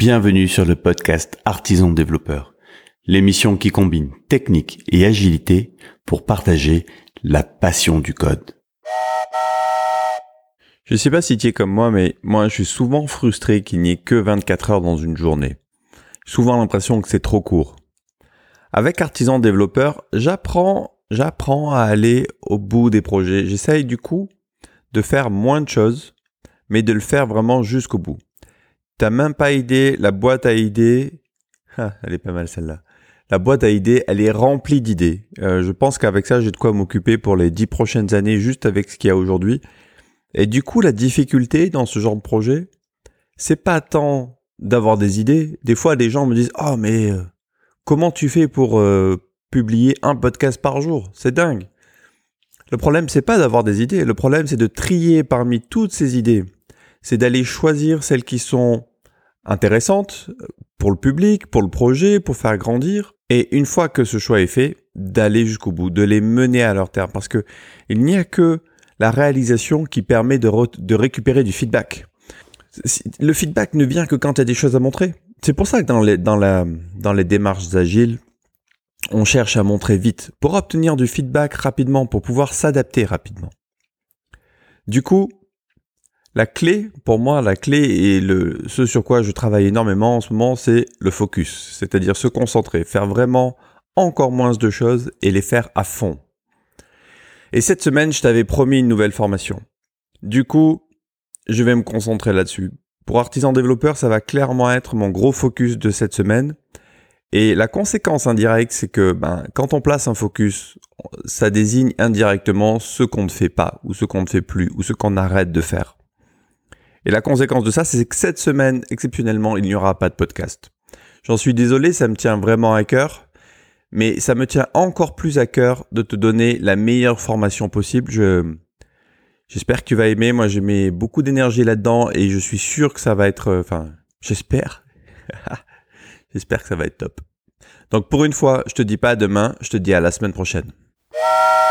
Bienvenue sur le podcast Artisan Développeur, l'émission qui combine technique et agilité pour partager la passion du code. Je ne sais pas si tu es comme moi, mais moi je suis souvent frustré qu'il n'y ait que 24 heures dans une journée. J'ai souvent l'impression que c'est trop court. Avec Artisan Développeur, j'apprends à aller au bout des projets. J'essaye du coup de faire moins de choses, mais de le faire vraiment jusqu'au bout. T'as même pas idée, la boîte à idées, elle est pas mal celle-là. La boîte à idées, elle est remplie d'idées. Je pense qu'avec ça, j'ai de quoi m'occuper pour les 10 prochaines années, juste avec ce qu'il y a aujourd'hui. Et du coup, la difficulté dans ce genre de projet, c'est pas tant d'avoir des idées. Des fois, les gens me disent « Oh, mais comment tu fais pour publier un podcast par jour ? C'est dingue !» Le problème, c'est pas d'avoir des idées. Le problème, c'est de trier parmi toutes ces idées. C'est d'aller choisir celles qui sont intéressantes pour le public, pour le projet, pour faire grandir. Et une fois que ce choix est fait, d'aller jusqu'au bout, de les mener à leur terme. Parce que il n'y a que la réalisation qui permet de récupérer du feedback. Le feedback ne vient que quand il y a des choses à montrer. C'est pour ça que dans les démarches agiles, on cherche à montrer vite pour obtenir du feedback rapidement, pour pouvoir s'adapter rapidement. Du coup, la clé, pour moi, et ce sur quoi je travaille énormément en ce moment, c'est le focus. C'est-à-dire se concentrer, faire vraiment encore moins de choses et les faire à fond. Et cette semaine, je t'avais promis une nouvelle formation. Du coup, je vais me concentrer là-dessus. Pour Artisan Développeur, ça va clairement être mon gros focus de cette semaine. Et la conséquence indirecte, c'est que quand on place un focus, ça désigne indirectement ce qu'on ne fait pas, ou ce qu'on ne fait plus, ou ce qu'on arrête de faire. Et la conséquence de ça, c'est que cette semaine, exceptionnellement, il n'y aura pas de podcast. J'en suis désolé, ça me tient vraiment à cœur, mais ça me tient encore plus à cœur de te donner la meilleure formation possible. J'espère que tu vas aimer. Moi, j'ai mis beaucoup d'énergie là-dedans et je suis sûr que ça va être... j'espère. J'espère que ça va être top. Donc, pour une fois, je te dis pas à demain, je te dis à la semaine prochaine.